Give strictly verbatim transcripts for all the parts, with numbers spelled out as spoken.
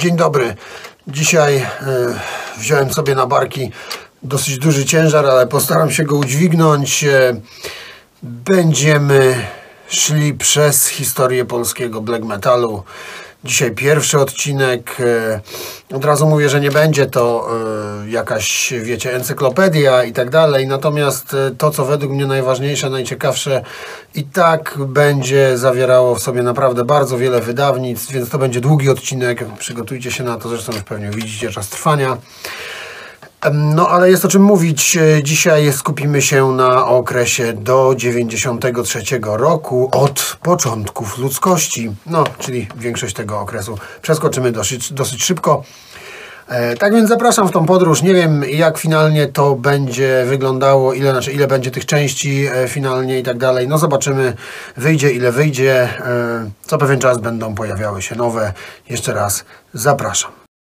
Dzień dobry. Dzisiaj y, wziąłem sobie na barki dosyć duży ciężar, ale postaram się go udźwignąć. Y, będziemy szli przez historię polskiego black metalu. Dzisiaj pierwszy odcinek. Y, od razu mówię, że nie będzie to y, jakaś, wiecie, encyklopedia i tak dalej. Natomiast y, to, co według mnie najważniejsze, najciekawsze, i tak będzie zawierało w sobie naprawdę bardzo wiele wydawnictw, więc to będzie długi odcinek. Przygotujcie się na to, zresztą już pewnie widzicie czas trwania. No, ale jest o czym mówić. Dzisiaj skupimy się na okresie do dziewięćdziesiątego trzeciego roku, od początków ludzkości. No, czyli większość tego okresu przeskoczymy dosyć, dosyć szybko. E, tak więc zapraszam w tą podróż. Nie wiem, jak finalnie to będzie wyglądało, ile, znaczy, ile będzie tych części e, finalnie i tak dalej. No zobaczymy, wyjdzie ile wyjdzie. E, co pewien czas będą pojawiały się nowe. Jeszcze raz zapraszam.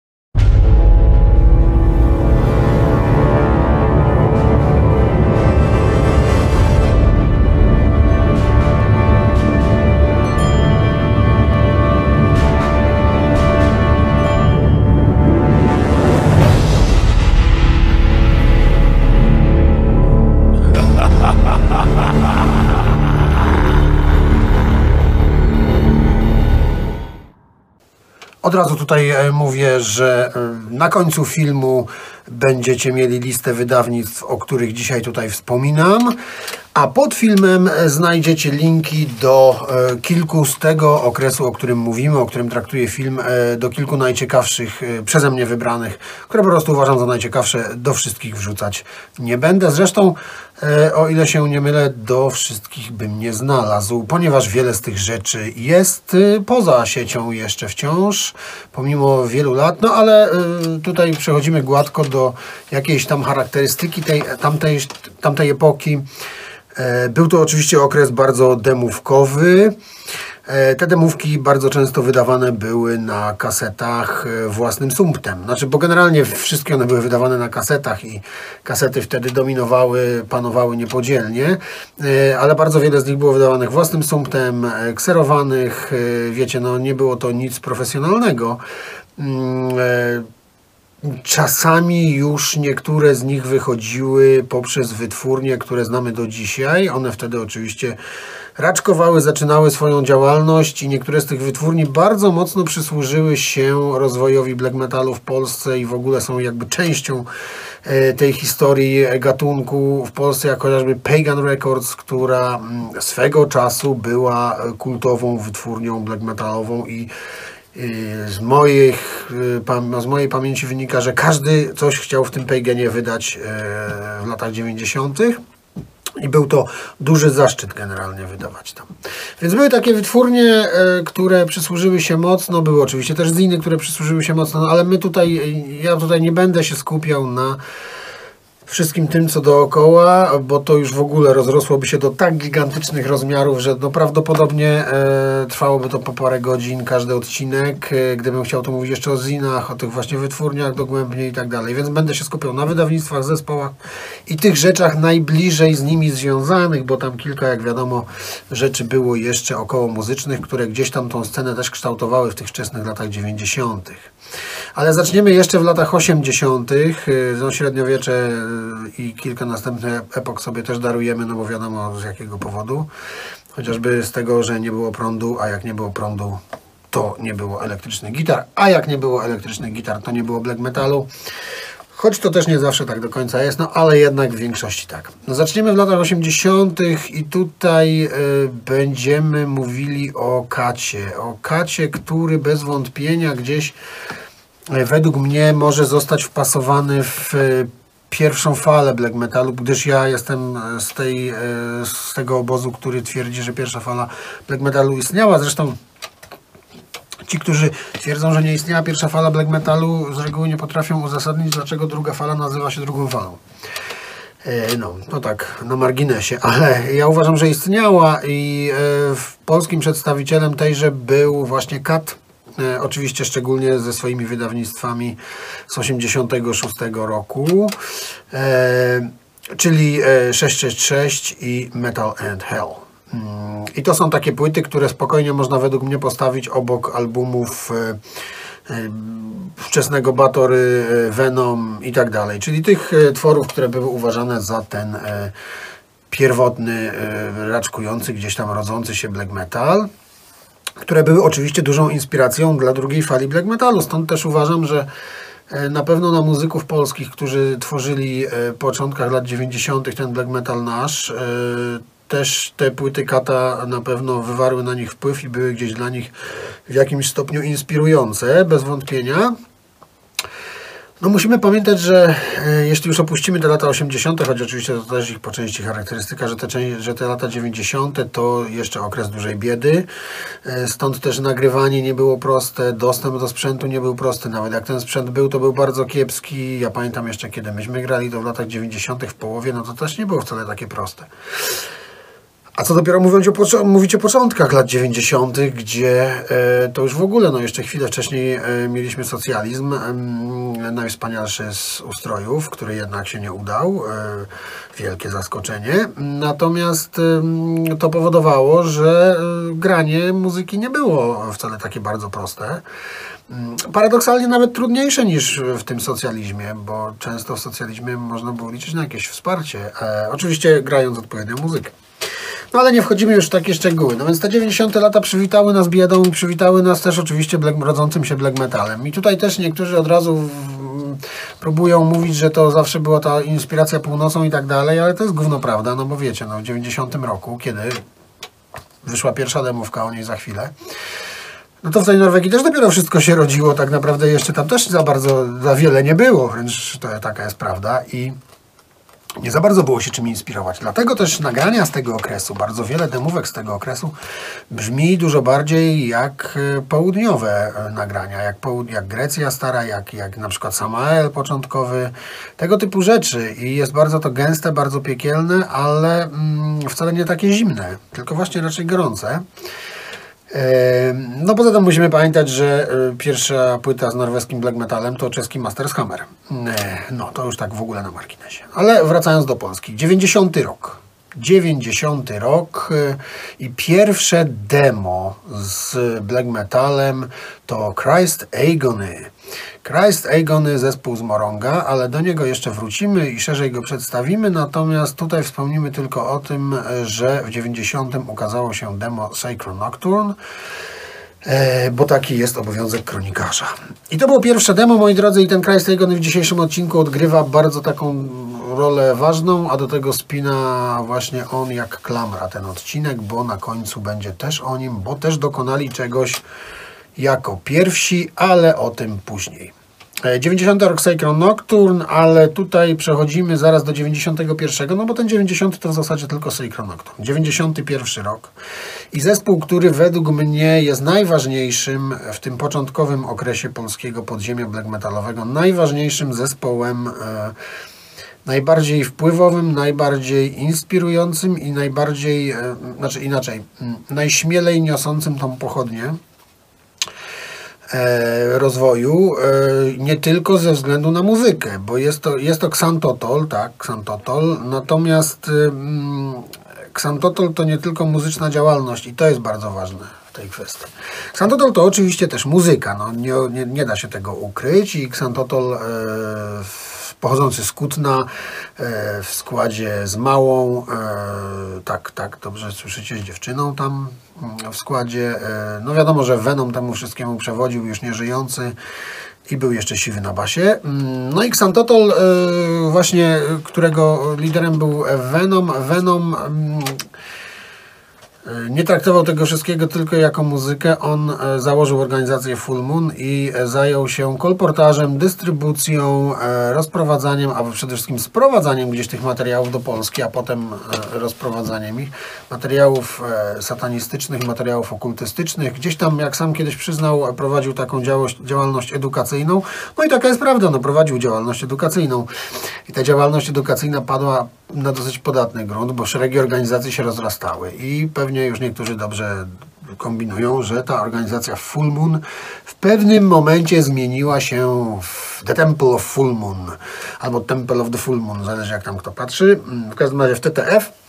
Od razu tutaj mówię, że na końcu filmu będziecie mieli listę wydawnictw, o których dzisiaj tutaj wspominam, a pod filmem znajdziecie linki do kilku z tego okresu, o którym mówimy, o którym traktuje film, do kilku najciekawszych przeze mnie wybranych, które po prostu uważam za najciekawsze. Do wszystkich wrzucać nie będę. Zresztą, o ile się nie mylę, do wszystkich bym nie znalazł, ponieważ wiele z tych rzeczy jest poza siecią jeszcze wciąż, pomimo wielu lat, no ale tutaj przechodzimy gładko do jakiejś tam charakterystyki tej, tamtej, tamtej epoki. Był to oczywiście okres bardzo demówkowy. Te demówki bardzo często wydawane były na kasetach własnym sumptem. Znaczy, bo generalnie wszystkie one były wydawane na kasetach i kasety wtedy dominowały, panowały niepodzielnie, ale bardzo wiele z nich było wydawanych własnym sumptem, kserowanych. Wiecie, no nie było to nic profesjonalnego. Czasami już niektóre z nich wychodziły poprzez wytwórnie, które znamy do dzisiaj. One wtedy oczywiście raczkowały, zaczynały swoją działalność i niektóre z tych wytwórni bardzo mocno przysłużyły się rozwojowi black metalu w Polsce i w ogóle są jakby częścią tej historii gatunku w Polsce, jak chociażby Pagan Records, która swego czasu była kultową wytwórnią black metalową i Z, moich, z mojej pamięci wynika, że każdy coś chciał w tym Paganie wydać w latach dziewięćdziesiątych i był to duży zaszczyt generalnie wydawać tam. Więc były takie wytwórnie, które przysłużyły się mocno, były oczywiście też ziny, które przysłużyły się mocno, no ale my tutaj, ja tutaj nie będę się skupiał na wszystkim tym, co dookoła, bo to już w ogóle rozrosłoby się do tak gigantycznych rozmiarów, że no prawdopodobnie e, trwałoby to po parę godzin każdy odcinek, e, gdybym chciał to mówić jeszcze o zinach, o tych właśnie wytwórniach dogłębnie i tak dalej, więc będę się skupiał na wydawnictwach, zespołach i tych rzeczach najbliżej z nimi związanych, bo tam kilka, jak wiadomo, rzeczy było jeszcze około muzycznych, które gdzieś tam tą scenę też kształtowały w tych wczesnych latach dziewięćdziesiątych. Ale zaczniemy jeszcze w latach osiemdziesiątych. No, średniowiecze i kilka następnych epok sobie też darujemy, no bo wiadomo z jakiego powodu. Chociażby z tego, że nie było prądu, a jak nie było prądu, to nie było elektrycznych gitar, a jak nie było elektrycznych gitar, to nie było black metalu. Choć to też nie zawsze tak do końca jest, no ale jednak w większości tak. No, zaczniemy w latach osiemdziesiątych i tutaj y, będziemy mówili o Kacie. O Kacie, który bez wątpienia gdzieś y, według mnie może zostać wpasowany w y, pierwszą falę black metalu, gdyż ja jestem z, tej, y, z tego obozu, który twierdzi, że pierwsza fala black metalu istniała. Zresztą ci, którzy twierdzą, że nie istniała pierwsza fala black metalu, z reguły nie potrafią uzasadnić, dlaczego druga fala nazywa się drugą falą. No, to tak na marginesie, ale ja uważam, że istniała i polskim przedstawicielem tejże był właśnie Kat, oczywiście szczególnie ze swoimi wydawnictwami z osiemdziesiątego szóstego roku, czyli sześć sześć sześć i Metal and Hell. I to są takie płyty, które spokojnie można według mnie postawić obok albumów wczesnego Batory, Venom i tak dalej. Czyli tych tworów, które były uważane za ten pierwotny, raczkujący, gdzieś tam rodzący się black metal, które były oczywiście dużą inspiracją dla drugiej fali black metalu. Stąd też uważam, że na pewno na muzyków polskich, którzy tworzyli w początkach lat dziewięćdziesiątych ten black metal nasz, też te płyty Kata na pewno wywarły na nich wpływ i były gdzieś dla nich w jakimś stopniu inspirujące, bez wątpienia. No musimy pamiętać, że e, jeśli już opuścimy te lata osiemdziesiąte, choć oczywiście to też ich po części charakterystyka, że te, że te lata dziewięćdziesiąte to jeszcze okres dużej biedy, e, stąd też nagrywanie nie było proste, dostęp do sprzętu nie był prosty, nawet jak ten sprzęt był, to był bardzo kiepski. Ja pamiętam jeszcze, kiedy myśmy grali to w latach dziewięćdziesiątych w połowie, no to też nie było wcale takie proste. A co dopiero mówiąc o, mówić o początkach lat dziewięćdziesiątych, gdzie e, to już w ogóle, no jeszcze chwilę wcześniej e, mieliśmy socjalizm, e, najwspanialszy z ustrojów, który jednak się nie udał, e, wielkie zaskoczenie. Natomiast e, to powodowało, że e, granie muzyki nie było wcale takie bardzo proste. Paradoksalnie nawet trudniejsze niż w tym socjalizmie, bo często w socjalizmie można było liczyć na jakieś wsparcie, e, oczywiście grając odpowiednią muzykę. No ale nie wchodzimy już w takie szczegóły. No więc te dziewięćdziesiąte lata przywitały nas biedą i przywitały nas też oczywiście black, rodzącym się black metalem. I tutaj też niektórzy od razu w, próbują mówić, że to zawsze była ta inspiracja północą i tak dalej, ale to jest gówno prawda, no bo wiecie, no w dziewięćdziesiątym roku, kiedy wyszła pierwsza demówka, o niej za chwilę, no to w tej Norwegii też dopiero wszystko się rodziło, tak naprawdę jeszcze tam też za bardzo, za wiele nie było, wręcz to taka jest prawda i nie za bardzo było się czym inspirować. Dlatego też nagrania z tego okresu, bardzo wiele demówek z tego okresu brzmi dużo bardziej jak południowe nagrania, jak, połud jak Grecja Stara, jak, jak na przykład Samael początkowy, tego typu rzeczy. I jest bardzo to gęste, bardzo piekielne, ale mm, wcale nie takie zimne, tylko właśnie raczej gorące. No poza tym musimy pamiętać, że pierwsza płyta z norweskim black metalem to czeski Masters Hammer. No to już tak w ogóle na marginesie. Ale wracając do Polski. dziewięćdziesiąty rok. dziewięćdziesiąty rok i pierwsze demo z black metalem to Christ Agony. Christ Agony, zespół z Moronga, ale do niego jeszcze wrócimy i szerzej go przedstawimy, natomiast tutaj wspomnimy tylko o tym, że w dziewięćdziesiątym ukazało się demo Sacred Nocturne, bo taki jest obowiązek kronikarza. I to było pierwsze demo, moi drodzy, i ten Christ Agony w dzisiejszym odcinku odgrywa bardzo taką rolę ważną, a do tego spina właśnie on jak klamra ten odcinek, bo na końcu będzie też o nim, bo też dokonali czegoś jako pierwsi, ale o tym później. dziewięćdziesiąty rok Sacred Nocturne, ale tutaj przechodzimy zaraz do dziewięćdziesiątego pierwszego, no bo ten dziewięćdziesiąty to w zasadzie tylko Sacred Nocturne. dziewięćdziesiąty pierwszy rok i zespół, który według mnie jest najważniejszym w tym początkowym okresie polskiego podziemia black metalowego, najważniejszym zespołem, e, najbardziej wpływowym, najbardziej inspirującym i najbardziej, e, znaczy inaczej, m, najśmielej niosącym tą pochodnię rozwoju, nie tylko ze względu na muzykę, bo jest to, jest to Xantotol, tak, Xantotol, natomiast Xantotol to nie tylko muzyczna działalność i to jest bardzo ważne w tej kwestii. Xantotol to oczywiście też muzyka, no, nie, nie, nie da się tego ukryć i Xantotol e, pochodzący z Kutna, e, w składzie z Małą, e, tak, tak, dobrze słyszycie, z dziewczyną tam w składzie. E, no wiadomo, że Venom temu wszystkiemu przewodził, już nieżyjący i był jeszcze siwy na basie. No i Xantotol, e, właśnie, którego liderem był Venom, Venom nie traktował tego wszystkiego tylko jako muzykę. On założył organizację Full Moon i zajął się kolportażem, dystrybucją, rozprowadzaniem, a przede wszystkim sprowadzaniem gdzieś tych materiałów do Polski, a potem rozprowadzaniem ich. Materiałów satanistycznych, materiałów okultystycznych. Gdzieś tam, jak sam kiedyś przyznał, prowadził taką działalność edukacyjną. No i taka jest prawda, no, prowadził działalność edukacyjną. I ta działalność edukacyjna padła na dosyć podatny grunt, bo szeregi organizacji się rozrastały i pewnie już niektórzy dobrze kombinują, że ta organizacja Full Moon w pewnym momencie zmieniła się w The Temple of Full Moon albo Temple of the Full Moon, zależy jak tam kto patrzy. W każdym razie w T T F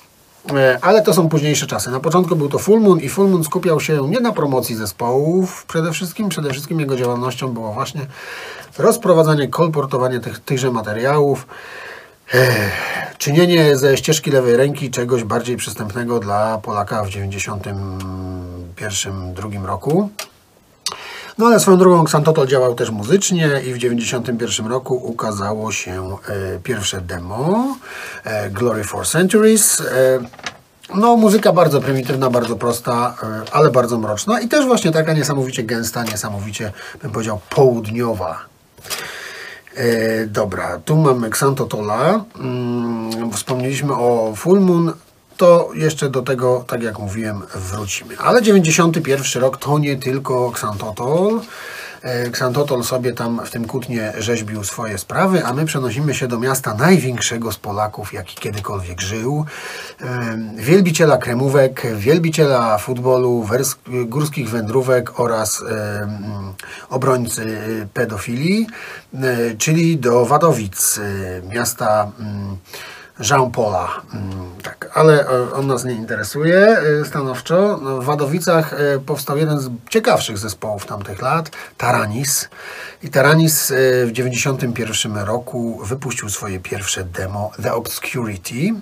ale to są późniejsze czasy. Na początku był to Full Moon i Full Moon skupiał się nie na promocji zespołów przede wszystkim. Przede wszystkim jego działalnością było właśnie rozprowadzanie, kolportowanie tych, tychże materiałów, czynienie ze ścieżki lewej ręki czegoś bardziej przystępnego dla Polaka w dziewięćdziesiątym pierwszym drugim roku. No ale swoją drogą Xantotol działał też muzycznie i w dziewięćdziesiątym pierwszym roku ukazało się e, pierwsze demo e, Glory for Centuries. E, no muzyka bardzo prymitywna, bardzo prosta, e, ale bardzo mroczna i też właśnie taka niesamowicie gęsta, niesamowicie bym powiedział południowa. E, dobra, tu mamy Xantotola. Mm, wspomnieliśmy o Full Moon. To jeszcze do tego, tak jak mówiłem, wrócimy. Ale dziewięćdziesiąty pierwszy rok to nie tylko Xantotol. Xantotol sobie tam w tym Kutnie rzeźbił swoje sprawy, a my przenosimy się do miasta największego z Polaków, jaki kiedykolwiek żył. Wielbiciela kremówek, wielbiciela futbolu, górskich wędrówek oraz obrońcy pedofilii, czyli do Wadowic, miasta Jean Paula, tak, ale on nas nie interesuje stanowczo. W Wadowicach powstał jeden z ciekawszych zespołów tamtych lat, Taranis. I Taranis w dziewięćdziesiątym pierwszym roku wypuścił swoje pierwsze demo, The Obscurity.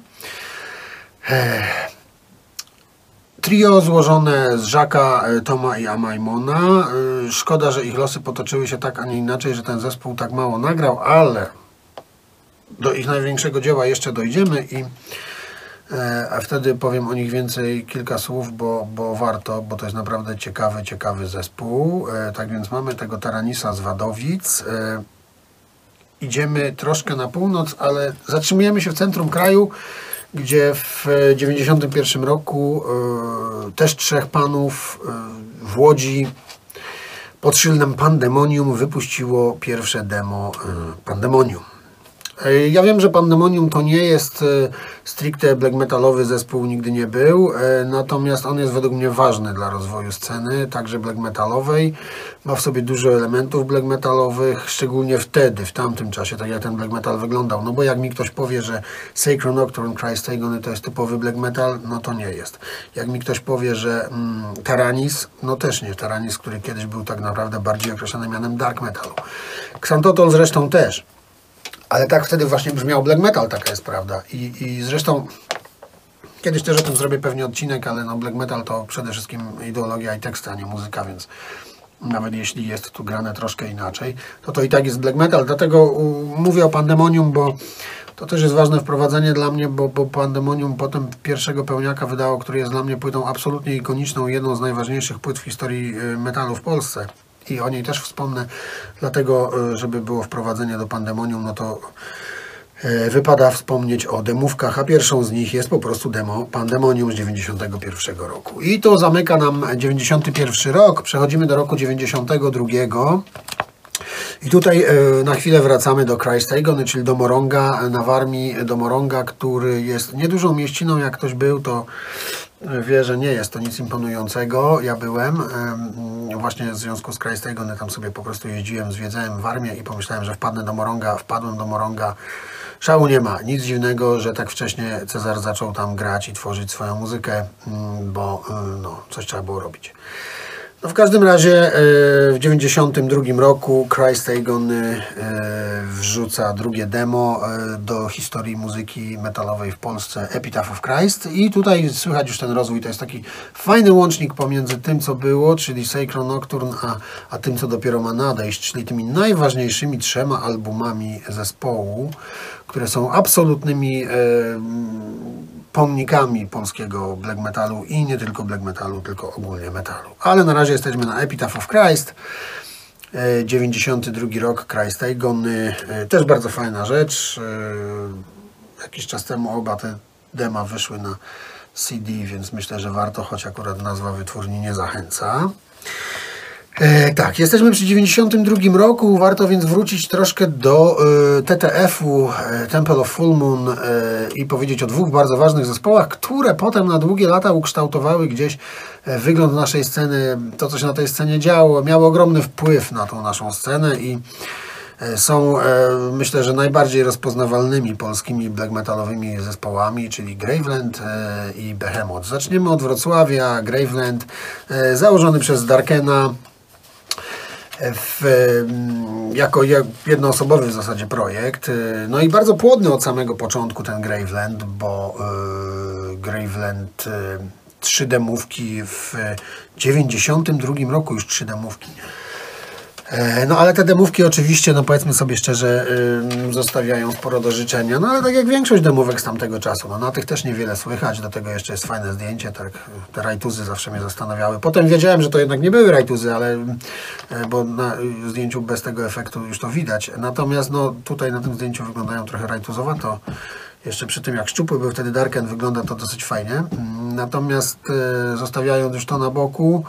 Trio złożone z Żaka, Toma i Amaimona. Szkoda, że ich losy potoczyły się tak, a nie inaczej, że ten zespół tak mało nagrał, ale do ich największego dzieła jeszcze dojdziemy i e, a wtedy powiem o nich więcej kilka słów, bo, bo warto, bo to jest naprawdę ciekawy, ciekawy zespół. E, tak więc mamy tego Taranisa z Wadowic. E, idziemy troszkę na północ, ale zatrzymujemy się w centrum kraju, gdzie w dziewięćdziesiątym pierwszym roku e, też trzech panów e, w Łodzi pod szyldem Pandemonium wypuściło pierwsze demo e, Pandemonium. Ja wiem, że Pandemonium to nie jest stricte black metalowy zespół, nigdy nie był, natomiast on jest według mnie ważny dla rozwoju sceny, także black metalowej. Ma w sobie dużo elementów black metalowych, szczególnie wtedy, w tamtym czasie, tak jak ten black metal wyglądał. No bo jak mi ktoś powie, że Sacred Nocturne, Christ Agony to jest typowy black metal, no to nie jest. Jak mi ktoś powie, że mm, Taranis, no też nie. Taranis, który kiedyś był tak naprawdę bardziej określony mianem dark metalu. Xantotol zresztą też. Ale tak wtedy właśnie brzmiał black metal, taka jest prawda. I, i zresztą kiedyś też o tym zrobię pewnie odcinek, ale no black metal to przede wszystkim ideologia i teksty, a nie muzyka, więc nawet jeśli jest tu grane troszkę inaczej, to to i tak jest black metal. Dlatego u, mówię o Pandemonium, bo to też jest ważne wprowadzenie dla mnie, bo, bo Pandemonium potem pierwszego pełniaka wydało, który jest dla mnie płytą absolutnie ikoniczną, jedną z najważniejszych płyt w historii metalu w Polsce. I o niej też wspomnę, dlatego, żeby było wprowadzenie do Pandemonium, no to wypada wspomnieć o demówkach, a pierwszą z nich jest po prostu demo Pandemonium z dziewięćdziesiątego pierwszego roku. I to zamyka nam dziewięćdziesiąty pierwszy rok, przechodzimy do roku dziewięćdziesiątego drugiego. I tutaj na chwilę wracamy do Christ Agony, czyli do Moronga na Warmii, do Moronga, który jest niedużą mieściną, jak ktoś był, to wie, że nie jest to nic imponującego. Ja byłem właśnie w związku z Christ Agony, tam sobie po prostu jeździłem, zwiedzałem Warmię i pomyślałem, że wpadnę do Moronga, wpadłem do Moronga. Szału nie ma, nic dziwnego, że tak wcześnie Cezar zaczął tam grać i tworzyć swoją muzykę, bo no, coś trzeba było robić. No w każdym razie w dziewięćdziesiątym drugim roku Christ Agony wrzuca drugie demo do historii muzyki metalowej w Polsce, Epitaph of Christ, i tutaj słychać już ten rozwój. To jest taki fajny łącznik pomiędzy tym, co było, czyli Sacred Nocturne, a, a tym, co dopiero ma nadejść, czyli tymi najważniejszymi trzema albumami zespołu, które są absolutnymi e, pomnikami polskiego black metalu i nie tylko black metalu, tylko ogólnie metalu. Ale na razie jesteśmy na Epitaph of Christ. dziewięćdziesiąty drugi rok, Christ Agony. Też bardzo fajna rzecz. Jakiś czas temu oba te dema wyszły na C D, więc myślę, że warto, choć akurat nazwa wytwórni nie zachęca. E, tak, jesteśmy przy dziewięćdziesiątym drugim roku, warto więc wrócić troszkę do e, T T F-u, e, Temple of Full Moon, e, i powiedzieć o dwóch bardzo ważnych zespołach, które potem na długie lata ukształtowały gdzieś e, wygląd naszej sceny, to co się na tej scenie działo, miało ogromny wpływ na tą naszą scenę i są, myślę, że najbardziej rozpoznawalnymi polskimi black metalowymi zespołami, czyli Graveland i Behemoth. Zaczniemy od Wrocławia. Graveland, założony przez Darkena w, jako jednoosobowy w zasadzie projekt. No i bardzo płodny od samego początku ten Graveland, bo yy, Graveland yy, trzy demówki w dziewięćdziesiątym drugim roku, już trzy demówki. No ale te demówki oczywiście, no powiedzmy sobie szczerze, yy, zostawiają sporo do życzenia. No ale tak jak większość demówek z tamtego czasu, no na tych też niewiele słychać. Do tego jeszcze jest fajne zdjęcie, tak, te rajtuzy zawsze mnie zastanawiały. Potem wiedziałem, że to jednak nie były rajtuzy, ale yy, bo na zdjęciu bez tego efektu już to widać. Natomiast no tutaj na tym zdjęciu wyglądają trochę rajtuzowato. Jeszcze przy tym jak szczupły był wtedy Darken, wygląda to dosyć fajnie. Natomiast yy, zostawiając już to na boku,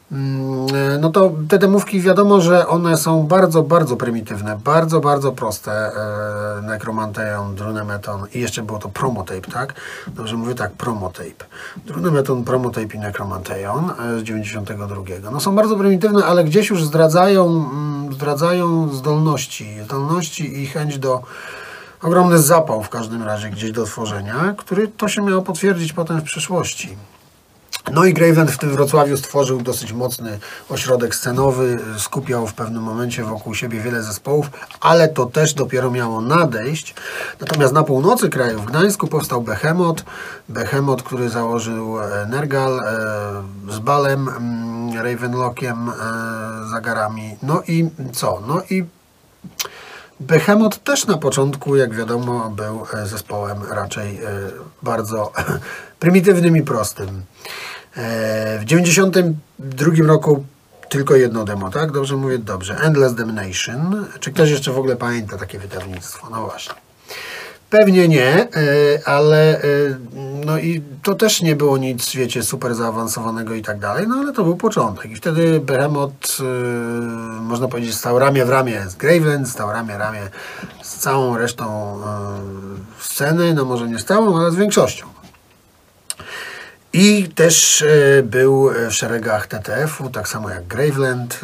no to te demówki wiadomo, że one są bardzo, bardzo prymitywne, bardzo, bardzo proste. E, Necromanteon, Drunemeton i jeszcze było to Promotape, tak? Dobrze mówię tak, Promotape. Drunemeton, Promotape i Necromanteon z dziewięćdziesiątego drugiego. No są bardzo prymitywne, ale gdzieś już zdradzają, zdradzają zdolności, zdolności i chęć do ogromny zapał w każdym razie gdzieś do tworzenia, który to się miało potwierdzić potem w przyszłości. No i Graveland w tym Wrocławiu stworzył dosyć mocny ośrodek scenowy, skupiał w pewnym momencie wokół siebie wiele zespołów, ale to też dopiero miało nadejść. Natomiast na północy kraju, w Gdańsku, powstał Behemoth, Behemoth, który założył Nergal z Balem, Ravenlockiem, Zagarami. No i co? No i Behemoth też na początku, jak wiadomo, był zespołem raczej bardzo prymitywnym i prostym. W dziewięćdziesiątym drugim roku tylko jedno demo, tak? Dobrze mówię? Dobrze. Endless Damnation. Czy ktoś jeszcze w ogóle pamięta takie wydawnictwo? No właśnie. Pewnie nie, ale no i to też nie było nic, wiecie, super zaawansowanego i tak dalej, no ale to był początek. I wtedy Behemoth, można powiedzieć, stał ramię w ramię z Graveland, stał ramię w ramię z całą resztą sceny, no może nie z całą, ale z większością. I też był w szeregach T T F-u, tak samo jak Graveland.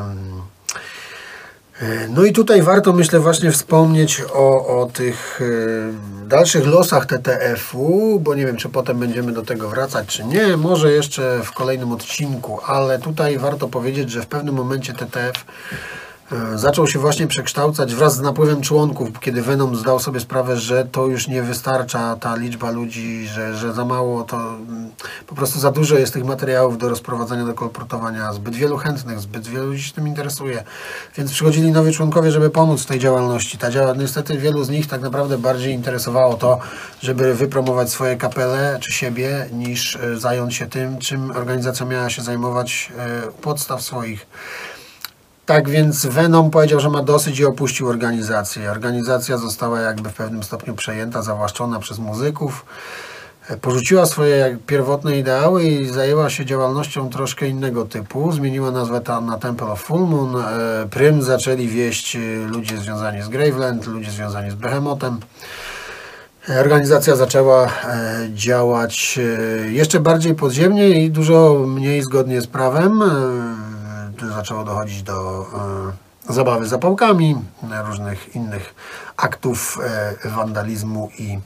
No i tutaj warto, myślę, właśnie wspomnieć o, o tych dalszych losach T T F-u, bo nie wiem, czy potem będziemy do tego wracać, czy nie, może jeszcze w kolejnym odcinku, ale tutaj warto powiedzieć, że w pewnym momencie T T F zaczął się właśnie przekształcać wraz z napływem członków, kiedy Venom zdał sobie sprawę, że to już nie wystarcza ta liczba ludzi, że, że za mało, to po prostu za dużo jest tych materiałów do rozprowadzania, do kolportowania, zbyt wielu chętnych, zbyt wielu ludzi się tym interesuje, więc przychodzili nowi członkowie, żeby pomóc w tej działalności. Ta działa, niestety wielu z nich tak naprawdę bardziej interesowało to, żeby wypromować swoje kapele czy siebie, niż zająć się tym, czym organizacja miała się zajmować u podstaw swoich. Tak więc Venom powiedział, że ma dosyć i opuścił organizację. Organizacja została jakby w pewnym stopniu przejęta, zawłaszczona przez muzyków. Porzuciła swoje pierwotne ideały i zajęła się działalnością troszkę innego typu. Zmieniła nazwę tam na Temple of Full Moon. Prym zaczęli wieść ludzie związani z Graveland, ludzie związani z Behemothem. Organizacja zaczęła działać jeszcze bardziej podziemnie i dużo mniej zgodnie z prawem. Zaczęło dochodzić do e, zabawy zapałkami, różnych innych aktów e, wandalizmu i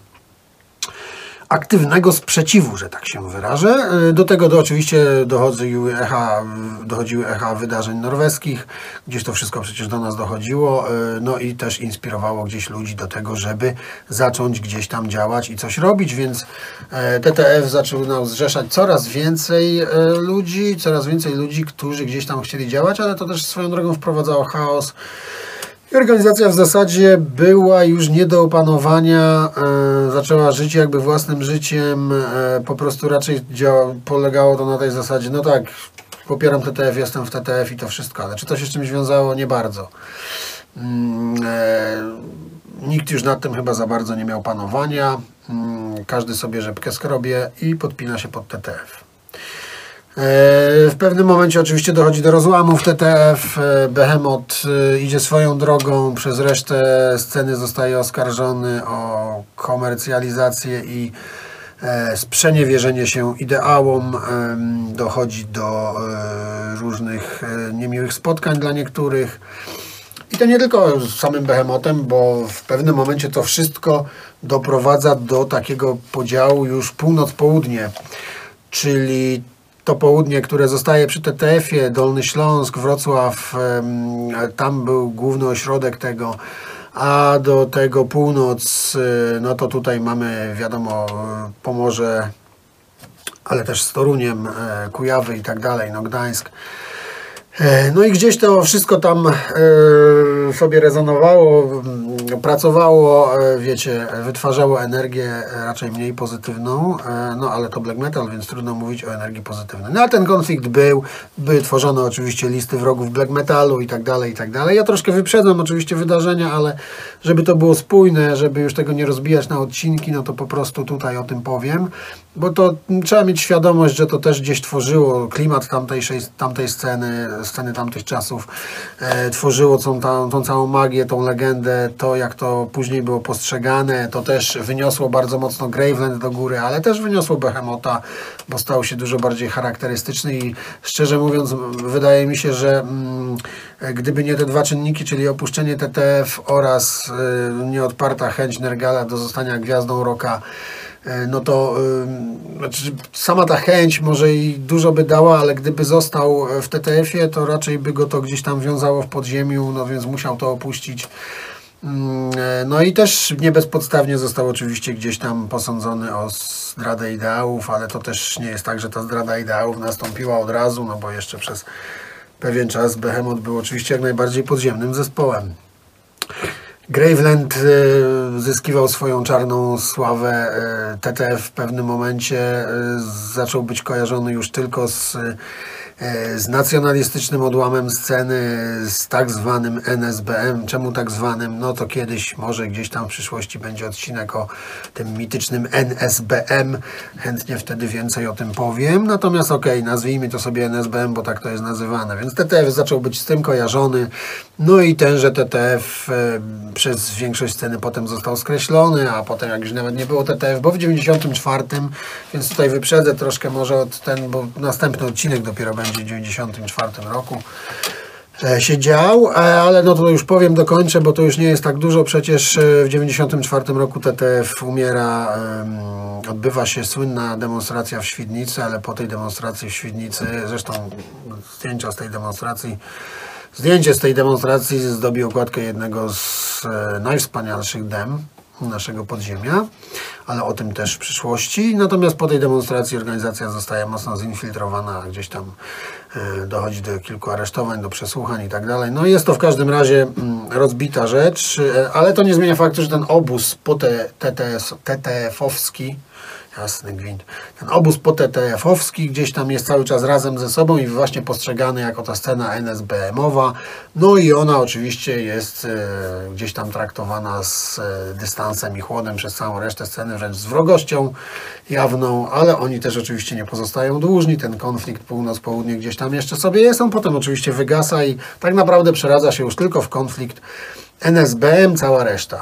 aktywnego sprzeciwu, że tak się wyrażę. Do tego do, oczywiście dochodziły echa, dochodziły echa wydarzeń norweskich, gdzieś to wszystko przecież do nas dochodziło, no i też inspirowało gdzieś ludzi do tego, żeby zacząć gdzieś tam działać i coś robić, więc T T F zaczynał zrzeszać coraz więcej ludzi, coraz więcej ludzi, którzy gdzieś tam chcieli działać, ale to też swoją drogą wprowadzało chaos. I organizacja w zasadzie była już nie do opanowania, e, zaczęła żyć jakby własnym życiem, e, po prostu raczej działa, polegało to na tej zasadzie, no tak, popieram T T F, jestem w T T F i to wszystko, ale czy to się z czymś wiązało? Nie bardzo. Mm, e, nikt już nad tym chyba za bardzo nie miał panowania, mm, każdy sobie rzepkę skrobie i podpina się pod T T F. W pewnym momencie oczywiście dochodzi do rozłamów T T F, Behemoth idzie swoją drogą, przez resztę sceny zostaje oskarżony o komercjalizację i sprzeniewierzenie się ideałom, dochodzi do różnych niemiłych spotkań dla niektórych. I to nie tylko z samym Behemotem, bo w pewnym momencie to wszystko doprowadza do takiego podziału już północ-południe, czyli to południe, które zostaje przy T T F-ie, Dolny Śląsk, Wrocław, tam był główny ośrodek tego, a do tego północ, no to tutaj mamy, wiadomo, Pomorze, ale też z Toruniem, Kujawy i tak dalej, no Gdańsk. No i gdzieś to wszystko tam e, sobie rezonowało, pracowało, e, wiecie, wytwarzało energię raczej mniej pozytywną, e, no ale to black metal, więc trudno mówić o energii pozytywnej. No a ten konflikt był, były tworzone oczywiście listy wrogów black metalu i tak dalej, i tak dalej. Ja troszkę wyprzedzam oczywiście wydarzenia, ale żeby to było spójne, żeby już tego nie rozbijać na odcinki, no to po prostu tutaj o tym powiem, bo to trzeba mieć świadomość, że to też gdzieś tworzyło klimat tamtejszej, tamtej sceny, sceny tamtych czasów, e, tworzyło tą, tą, tą całą magię, tą legendę, to jak to później było postrzegane, to też wyniosło bardzo mocno Graveland do góry, ale też wyniosło Behemota, bo stał się dużo bardziej charakterystyczny i szczerze mówiąc wydaje mi się, że mm, gdyby nie te dwa czynniki, czyli opuszczenie T T F oraz y, nieodparta chęć Nergala do zostania gwiazdą rocka, no to yy, znaczy sama ta chęć może i dużo by dała, ale gdyby został w T T F-ie, to raczej by go to gdzieś tam wiązało w podziemiu, no więc musiał to opuścić. Yy, no i też nie bezpodstawnie został oczywiście gdzieś tam posądzony o zdradę ideałów, ale to też nie jest tak, że ta zdrada ideałów nastąpiła od razu, no bo jeszcze przez pewien czas Behemoth był oczywiście jak najbardziej podziemnym zespołem. Graveland y, zyskiwał swoją czarną sławę. y, T T F w pewnym momencie y, zaczął być kojarzony już tylko z, y, z nacjonalistycznym odłamem sceny, z tak zwanym N S B M. Czemu tak zwanym? No to kiedyś, może gdzieś tam w przyszłości będzie odcinek o tym mitycznym N S B M. Chętnie wtedy więcej o tym powiem. Natomiast okej, okay, nazwijmy to sobie N S B M, bo tak to jest nazywane. Więc T T F zaczął być z tym kojarzony. No i tenże T T F y, przez większość sceny potem został skreślony, a potem jak już nawet nie było T T F, bo w dziewięćdziesiątym czwartym, więc tutaj wyprzedzę troszkę może od ten, bo następny odcinek dopiero będzie w dziewięćdziesiątym czwartym roku e, się dział, e, ale no to już powiem, dokończę, bo to już nie jest tak dużo. Przecież e, w dziewięćdziesiątym czwartym roku T T F umiera, e, odbywa się słynna demonstracja w Świdnicy, ale po tej demonstracji w Świdnicy, zresztą zdjęcia z tej demonstracji Zdjęcie z tej demonstracji zdobi okładkę jednego z e, najwspanialszych dem naszego podziemia, ale o tym też w przyszłości. Natomiast po tej demonstracji organizacja zostaje mocno zinfiltrowana, gdzieś tam e, dochodzi do kilku aresztowań, do przesłuchań i tak dalej. No jest to w każdym razie mm, rozbita rzecz, e, ale to nie zmienia faktu, że ten obóz po T T F-owski, jasny gwint, ten obóz po T T F-owski gdzieś tam jest cały czas razem ze sobą i właśnie postrzegany jako ta scena N S B M-owa. No i ona oczywiście jest e, gdzieś tam traktowana z e, dystansem i chłodem przez całą resztę sceny, wręcz z wrogością jawną, ale oni też oczywiście nie pozostają dłużni. Ten konflikt północ-południe gdzieś tam jeszcze sobie jest. On potem oczywiście wygasa i tak naprawdę przeradza się już tylko w konflikt N S B M, cała reszta.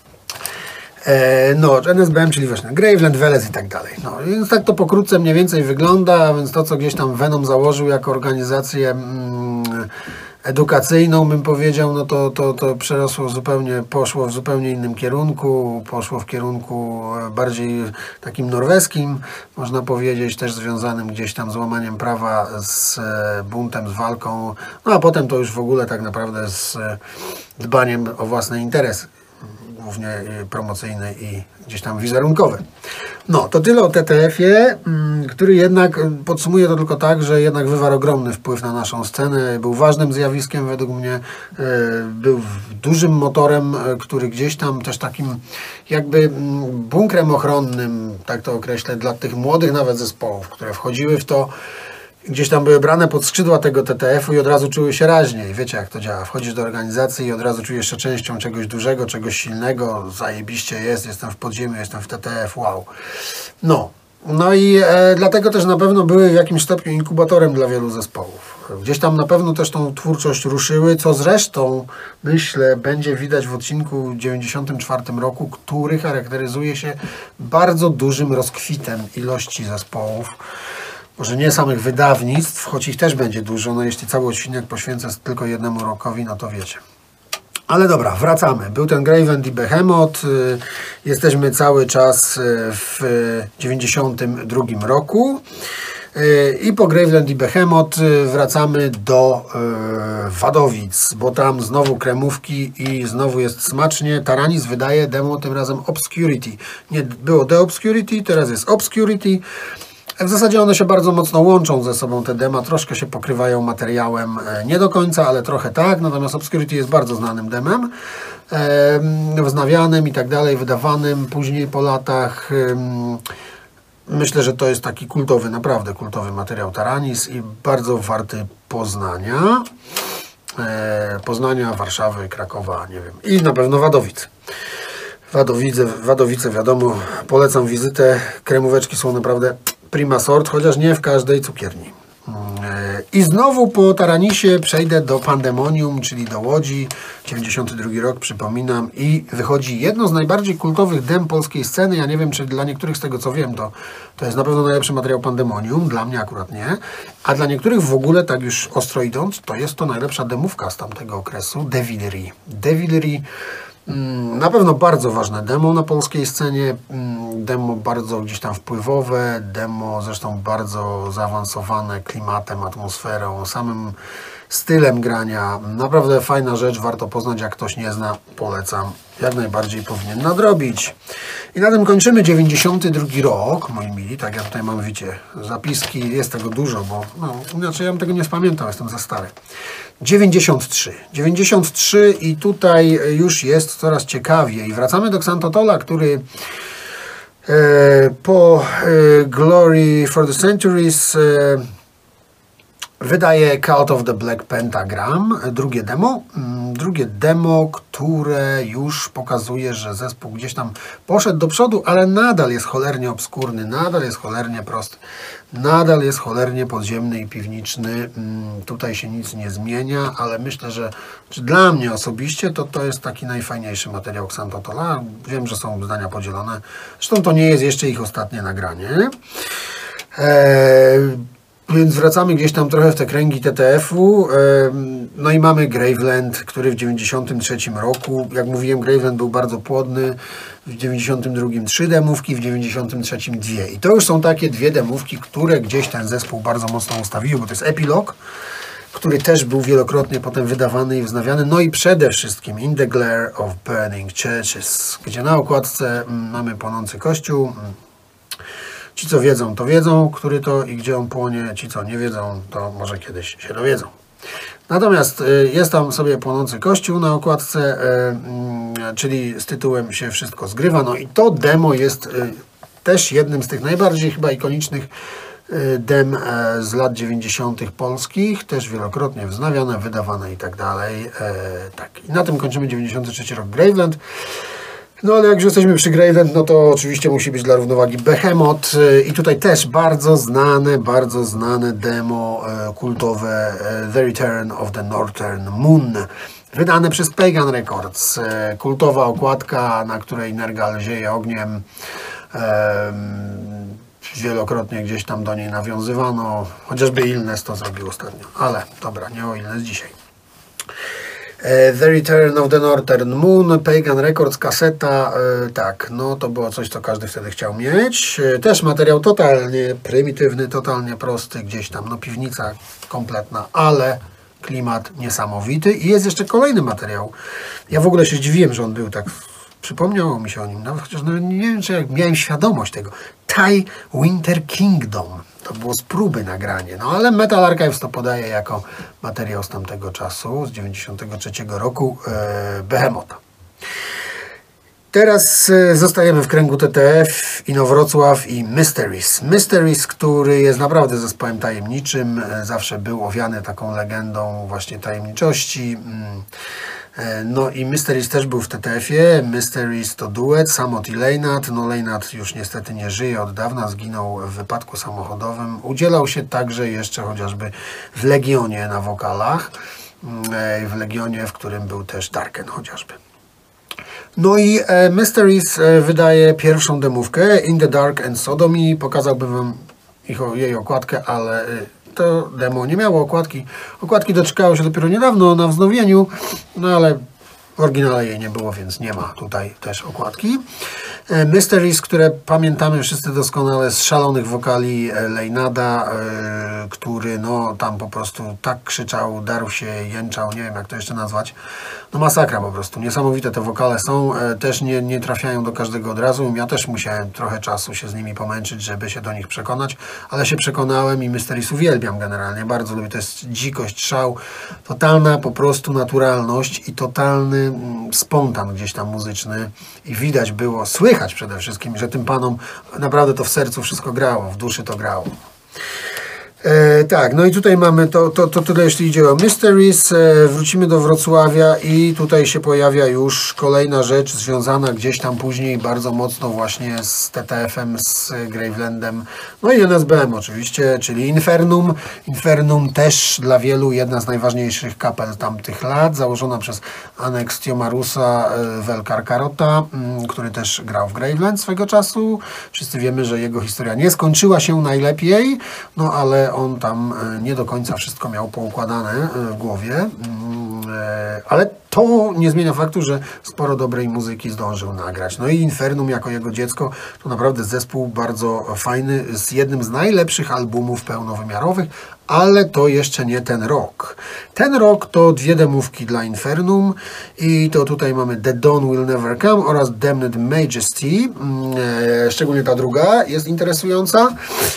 No, N S B M, czyli właśnie Graveland, Welez i tak dalej. No, więc tak to pokrótce mniej więcej wygląda, więc to, co gdzieś tam Venom założył jako organizację mm, edukacyjną, bym powiedział, no to, to, to przerosło zupełnie, poszło w zupełnie innym kierunku, poszło w kierunku bardziej takim norweskim, można powiedzieć, też związanym gdzieś tam z łamaniem prawa, z buntem, z walką, no a potem to już w ogóle tak naprawdę z dbaniem o własne interesy, głównie promocyjne i gdzieś tam wizerunkowe. No, to tyle o T T F-ie, który jednak, podsumuję to tylko tak, że jednak wywarł ogromny wpływ na naszą scenę, był ważnym zjawiskiem według mnie, był dużym motorem, który gdzieś tam też takim jakby bunkrem ochronnym, tak to określę, dla tych młodych nawet zespołów, które wchodziły w to, gdzieś tam były brane pod skrzydła tego T T F-u i od razu czuły się raźniej. Wiecie, jak to działa. Wchodzisz do organizacji i od razu czujesz się częścią czegoś dużego, czegoś silnego. Zajebiście jest, jestem w podziemiu, jestem w T T F, wow. No, no i e, dlatego też na pewno były w jakimś stopniu inkubatorem dla wielu zespołów. Gdzieś tam na pewno też tą twórczość ruszyły, co zresztą, myślę, będzie widać w odcinku w dziewięćdziesiątym czwartym roku, który charakteryzuje się bardzo dużym rozkwitem ilości zespołów. Może nie samych wydawnictw, choć ich też będzie dużo, no jeśli cały odcinek poświęcę tylko jednemu rokowi, no to wiecie. Ale dobra, wracamy. Był ten Graveland i Behemoth. Jesteśmy cały czas w dziewięćdziesiątym drugim roku. I po Graveland i Behemoth wracamy do Wadowic, bo tam znowu kremówki i znowu jest smacznie. Taranis wydaje demo, tym razem Obscurity. Nie było The Obscurity, teraz jest Obscurity. W zasadzie one się bardzo mocno łączą ze sobą, te dema, troszkę się pokrywają materiałem, nie do końca, ale trochę tak, natomiast Obscurity jest bardzo znanym demem, e, wznawianym i tak dalej, wydawanym później po latach. E, myślę, że to jest taki kultowy, naprawdę kultowy materiał Taranis i bardzo warty poznania. E, Poznania, Warszawy, Krakowa, nie wiem, i na pewno Wadowic. Wadowice, Wadowice, wiadomo, polecam wizytę, kremóweczki są naprawdę prima sort, chociaż nie w każdej cukierni. I znowu po Taranisie przejdę do Pandemonium, czyli do Łodzi, dziewięćdziesiąty drugi rok, przypominam, i wychodzi jedno z najbardziej kultowych dem polskiej sceny. Ja nie wiem, czy dla niektórych z tego, co wiem, to, to jest na pewno najlepszy materiał Pandemonium, dla mnie akurat nie, a dla niektórych w ogóle, tak już ostro idąc, to jest to najlepsza demówka z tamtego okresu, Devilry. Devilry, na pewno bardzo ważne demo na polskiej scenie, demo bardzo gdzieś tam wpływowe, demo zresztą bardzo zaawansowane klimatem, atmosferą, samym stylem grania. Naprawdę fajna rzecz, warto poznać, jak ktoś nie zna, polecam, jak najbardziej powinien nadrobić. I na tym kończymy dziewięćdziesiąty drugi rok, moi mili, tak ja tutaj mam, widzicie, zapiski, jest tego dużo, bo no, inaczej ja bym tego nie spamiętał, jestem za stary. dziewięćdziesiąt trzy. dziewięćdziesiąt trzy i tutaj już jest coraz ciekawiej. Wracamy do Xantotola, który e, po e, Glory for the Centuries e, wydaje Cult of the Black Pentagram, drugie demo. Drugie demo, które już pokazuje, że zespół gdzieś tam poszedł do przodu, ale nadal jest cholernie obskurny, nadal jest cholernie prosty, nadal jest cholernie podziemny i piwniczny. Tutaj się nic nie zmienia, ale myślę, że czy dla mnie osobiście to to jest taki najfajniejszy materiał Xantotola. Wiem, że są zdania podzielone. Zresztą to nie jest jeszcze ich ostatnie nagranie. Eee, Więc wracamy gdzieś tam trochę w te kręgi T T F-u. No i mamy Graveland, który w dziewięćdziesiątym trzecim roku, jak mówiłem, Graveland był bardzo płodny, w dziewięćdziesiątym drugim trzy demówki, w dziewięćdziesiątym trzecim dwie. I to już są takie dwie demówki, które gdzieś ten zespół bardzo mocno ustawiły, bo to jest epilog, który też był wielokrotnie potem wydawany i wznawiany. No i przede wszystkim In the Glare of Burning Churches, gdzie na okładce mamy płonący kościół. Ci, co wiedzą, to wiedzą, który to i gdzie on płonie. Ci, co nie wiedzą, to może kiedyś się dowiedzą. Natomiast y, jest tam sobie płonący kościół na okładce, y, y, czyli z tytułem się wszystko zgrywa. No i to demo jest y, też jednym z tych najbardziej chyba ikonicznych y, dem y, z lat dziewięćdziesiątych polskich. Też wielokrotnie wznawiane, wydawane i tak dalej. Y, tak. I na tym kończymy dziewięćdziesiąty trzeci rok Graveland. No ale jak już jesteśmy przy Graveland, no to oczywiście musi być dla równowagi Behemoth i tutaj też bardzo znane, bardzo znane demo kultowe The Return of the Northern Moon, wydane przez Pagan Records. Kultowa okładka, na której Nergal zieje ogniem. Wielokrotnie gdzieś tam do niej nawiązywano, chociażby Illness to zrobił ostatnio, ale dobra, nie o Illness dzisiaj. The Return of the Northern Moon, Pagan Records, kaseta, e, tak, no to było coś, co każdy wtedy chciał mieć. E, też materiał totalnie prymitywny, totalnie prosty, gdzieś tam, no piwnica kompletna, ale klimat niesamowity. I jest jeszcze kolejny materiał. Ja w ogóle się zdziwiłem, że on był tak, przypomniało mi się o nim, nawet chociaż no, nie wiem, czy jak miałem świadomość tego. Thai Winter Kingdom. To było z próby nagranie, no ale Metal Archives to podaje jako materiał z tamtego czasu, z dziewięćdziesiątego trzeciego roku, e, Behemotha. Teraz e, zostajemy w kręgu T T F, Inowrocław i Mysteries. Mysteries, który jest naprawdę zespołem tajemniczym, e, zawsze był owiany taką legendą właśnie tajemniczości. Mm. No i Mysteries też był w T T F-ie. Mysteries to duet, Samot i Lejnat. No Lejnat już niestety nie żyje od dawna, zginął w wypadku samochodowym. Udzielał się także jeszcze chociażby w Legionie na wokalach. W Legionie, w którym był też Darken chociażby. No i e, Mysteries e, wydaje pierwszą demówkę, In the Dark and Sodomy. Pokazałbym wam ich, jej okładkę, ale e, to demo nie miało okładki. Okładki doczekały się dopiero niedawno na wznowieniu, no ale W oryginale jej nie było, więc nie ma tutaj też okładki. Mysteries, które pamiętamy wszyscy doskonale z szalonych wokali Leynada, który no tam po prostu tak krzyczał, darł się, jęczał, nie wiem jak to jeszcze nazwać. No masakra po prostu. Niesamowite te wokale są. Też nie, nie trafiają do każdego od razu. Ja też musiałem trochę czasu się z nimi pomęczyć, żeby się do nich przekonać, ale się przekonałem i Mysteries uwielbiam generalnie. Bardzo lubię. To jest dzikość, szał, totalna po prostu naturalność i totalny spontan gdzieś tam muzyczny. I widać było, słychać przede wszystkim, że tym panom naprawdę to w sercu wszystko grało, w duszy to grało. E, tak, no i tutaj mamy to, to, to tyle, jeśli idzie o Mysteries. E, wrócimy do Wrocławia i tutaj się pojawia już kolejna rzecz związana gdzieś tam później bardzo mocno właśnie z T T F-em, z Gravelandem, no i N S B M oczywiście, czyli Infernum. Infernum też dla wielu jedna z najważniejszych kapel tamtych lat, założona przez Anextiomarusa Velkarkarota, który też grał w Graveland swego czasu. Wszyscy wiemy, że jego historia nie skończyła się najlepiej, no ale on tam nie do końca wszystko miał poukładane w głowie, ale to nie zmienia faktu, że sporo dobrej muzyki zdążył nagrać. No i Infernum jako jego dziecko to naprawdę zespół bardzo fajny, z jednym z najlepszych albumów pełnowymiarowych, ale to jeszcze nie ten rok. Ten rok to dwie demówki dla Infernum i to tutaj mamy The Dawn Will Never Come oraz Damned Majesty. Szczególnie ta druga jest interesująca.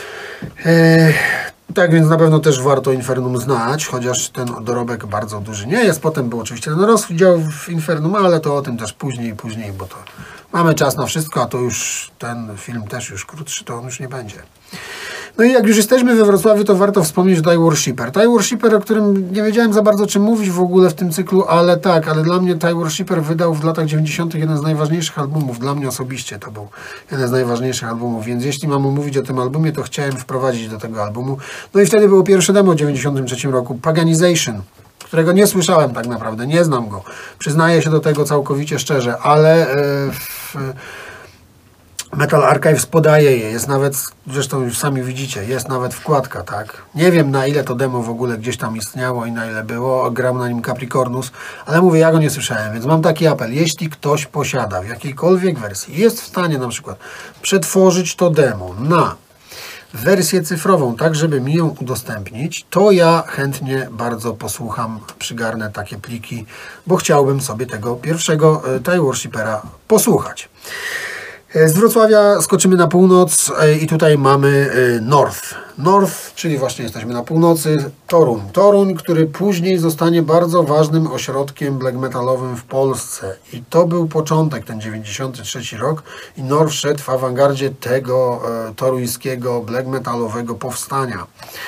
Tak więc na pewno też warto Infernum znać, chociaż ten dorobek bardzo duży nie jest. Potem był oczywiście ten rozdział w Infernum, ale to o tym też później, później, bo to mamy czas na wszystko, a to już ten film też już krótszy, to on już nie będzie. No i jak już jesteśmy we Wrocławiu, to warto wspomnieć Die Worshipper. Die Worshipper, o którym nie wiedziałem za bardzo czym mówić w ogóle w tym cyklu, ale tak, ale dla mnie Die Worshipper wydał w latach dziewięćdziesiątych jeden z najważniejszych albumów. Dla mnie osobiście to był jeden z najważniejszych albumów, więc jeśli mam mówić o tym albumie, to chciałem wprowadzić do tego albumu. No i wtedy było pierwsze demo w dziewięćdziesiątym trzecim roku, Paganization, którego nie słyszałem tak naprawdę, nie znam go. Przyznaję się do tego całkowicie szczerze, ale yy, w, Metal Archives podaje je, jest nawet, zresztą już sami widzicie, jest nawet wkładka, tak? Nie wiem na ile to demo w ogóle gdzieś tam istniało i na ile było, gram na nim Capricornus, ale mówię, ja go nie słyszałem, więc mam taki apel, jeśli ktoś posiada w jakiejkolwiek wersji, jest w stanie na przykład przetworzyć to demo na wersję cyfrową, tak żeby mi ją udostępnić, to ja chętnie bardzo posłucham, przygarnę takie pliki, bo chciałbym sobie tego pierwszego Die Worshippera posłuchać. Z Wrocławia skoczymy na północ i tutaj mamy North. North, czyli właśnie jesteśmy na północy, Toruń. Toruń, który później zostanie bardzo ważnym ośrodkiem black metalowym w Polsce. I to był początek, ten dziewięćdziesiąty trzeci rok i North szedł w awangardzie tego e, toruńskiego black metalowego powstania.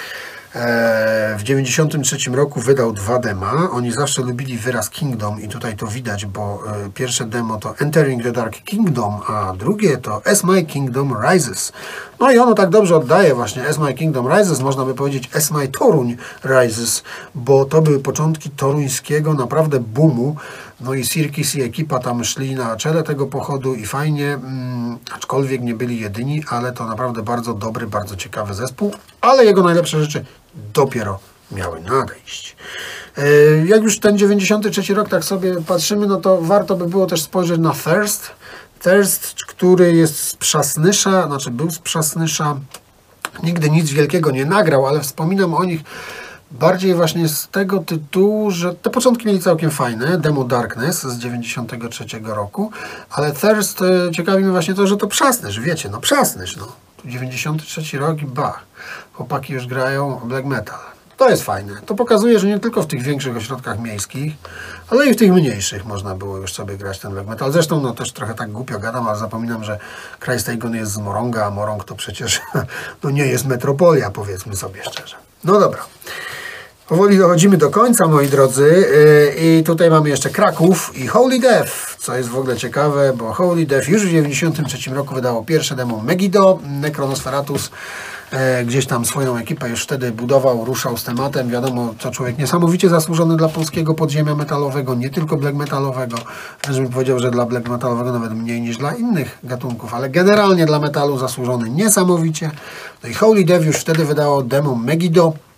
W dziewięćdziesiątym trzecim roku wydał dwa dema. Oni zawsze lubili wyraz Kingdom i tutaj to widać, bo pierwsze demo to Entering the Dark Kingdom, a drugie to As My Kingdom Rises. No i ono tak dobrze oddaje właśnie As My Kingdom Rises, można by powiedzieć As My Toruń Rises, bo to były początki toruńskiego naprawdę boomu. No i Sirkis i ekipa tam szli na czele tego pochodu i fajnie, mm, aczkolwiek nie byli jedyni, ale to naprawdę bardzo dobry, bardzo ciekawy zespół, ale jego najlepsze rzeczy dopiero miały nadejść. Yy, jak już ten dziewięćdziesiąty trzeci rok tak sobie patrzymy, no to warto by było też spojrzeć na Thirst. Thirst, który jest z Przasnysza, znaczy był z Przasnysza, nigdy nic wielkiego nie nagrał, ale wspominam o nich bardziej właśnie z tego tytułu, że te początki mieli całkiem fajne, demo Darkness z dziewięćdziesiątego trzeciego roku, ale Thirst ciekawi mnie właśnie to, że to Przasnysz, wiecie, no Przasnysz, no. Tu dziewięćdziesiąty trzeci rok i bach, chłopaki już grają black metal. To jest fajne. To pokazuje, że nie tylko w tych większych ośrodkach miejskich, ale i w tych mniejszych można było już sobie grać ten black metal. Zresztą no też trochę tak głupio gadam, ale zapominam, że Christagon jest z Moronga, a Morong to przecież no nie jest metropolia, powiedzmy sobie szczerze. No dobra. Powoli dochodzimy do końca, moi drodzy, i tutaj mamy jeszcze Kraków i Holy Death, co jest w ogóle ciekawe, bo Holy Death już w dziewięćdziesiątym trzecim roku wydało pierwsze demo Megiddo, Necronosferatus gdzieś tam swoją ekipę już wtedy budował, ruszał z tematem, wiadomo, to człowiek niesamowicie zasłużony dla polskiego podziemia metalowego, nie tylko black metalowego, wręcz bym powiedział, że dla black metalowego nawet mniej niż dla innych gatunków, ale generalnie dla metalu zasłużony niesamowicie. No i Holy Death już wtedy wydało demo Megiddo.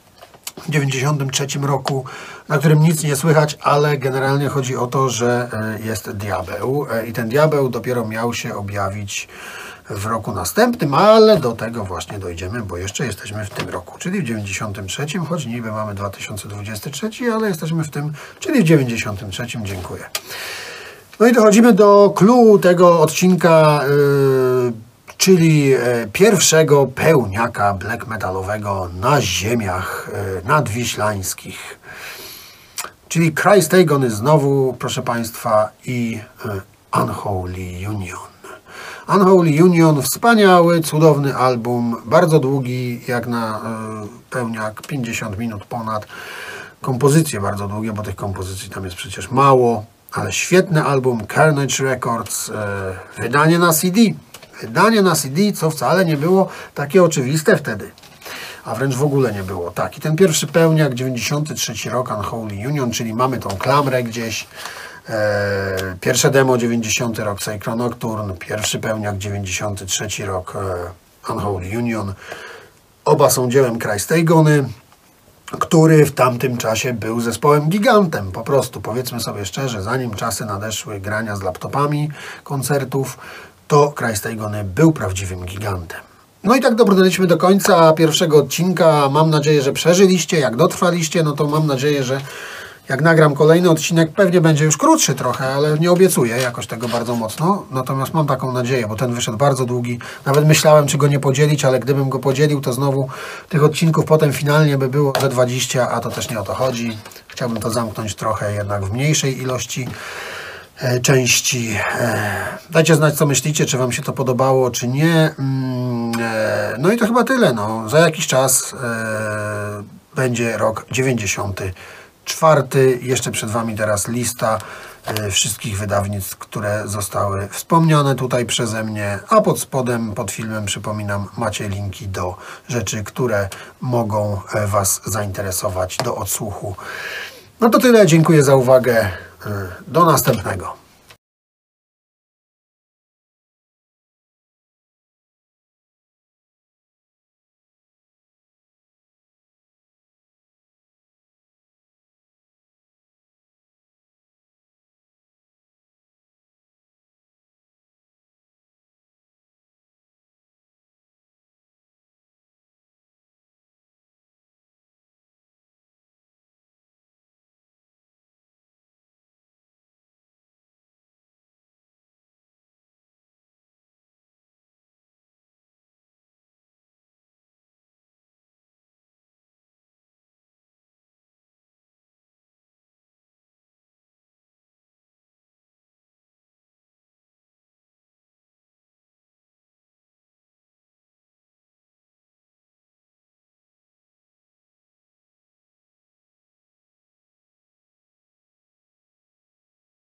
w dziewięćdziesiątym trzecim roku, na którym nic nie słychać, ale generalnie chodzi o to, że jest diabeł i ten diabeł dopiero miał się objawić w roku następnym, ale do tego właśnie dojdziemy, bo jeszcze jesteśmy w tym roku, czyli w dziewięćdziesiątym trzecim, choć niby mamy dwa tysiące dwudziesty trzeci, ale jesteśmy w tym, czyli w dziewięćdziesiątym trzecim. Dziękuję. No i dochodzimy do clou tego odcinka, yy, czyli pierwszego pełniaka black metalowego na ziemiach nadwiślańskich. Czyli Christ Agony znowu, proszę Państwa, i Unholy Union. Unholy Union, wspaniały, cudowny album, bardzo długi, jak na pełniak, pięćdziesiąt minut ponad. Kompozycje bardzo długie, bo tych kompozycji tam jest przecież mało, ale świetny album, Carnage Records, wydanie na C D. Wydanie na C D, co wcale nie było takie oczywiste wtedy, a wręcz w ogóle nie było. Tak, i ten pierwszy pełniak, dziewięćdziesiąty trzeci rok, Unholy Union, czyli mamy tą klamrę gdzieś. E, pierwsze demo, dziewięćdziesiąty rok, Sacred Nocturne, pierwszy pełniak, dziewięćdziesiąty trzeci rok, e, Unholy Union. Oba są dziełem Christ Agony, który w tamtym czasie był zespołem gigantem. Po prostu, powiedzmy sobie szczerze, zanim czasy nadeszły grania z laptopami, koncertów, to Christ Agony był prawdziwym gigantem. No i tak dobrnęliśmy do końca pierwszego odcinka. Mam nadzieję, że przeżyliście. Jak dotrwaliście, no to mam nadzieję, że jak nagram kolejny odcinek, pewnie będzie już krótszy trochę, ale nie obiecuję jakoś tego bardzo mocno. Natomiast mam taką nadzieję, bo ten wyszedł bardzo długi. Nawet myślałem, czy go nie podzielić, ale gdybym go podzielił, to znowu tych odcinków potem finalnie by było ze dwadzieścia, a to też nie o to chodzi. Chciałbym to zamknąć trochę jednak w mniejszej ilości części. Dajcie znać, co myślicie, czy Wam się to podobało, czy nie. No i to chyba tyle. No. Za jakiś czas będzie rok dziewięćdziesiąty czwarty. Jeszcze przed Wami teraz lista wszystkich wydawnictw, które zostały wspomniane tutaj przeze mnie, a pod spodem, pod filmem, przypominam, macie linki do rzeczy, które mogą Was zainteresować do odsłuchu. No to tyle. Dziękuję za uwagę. Do następnego.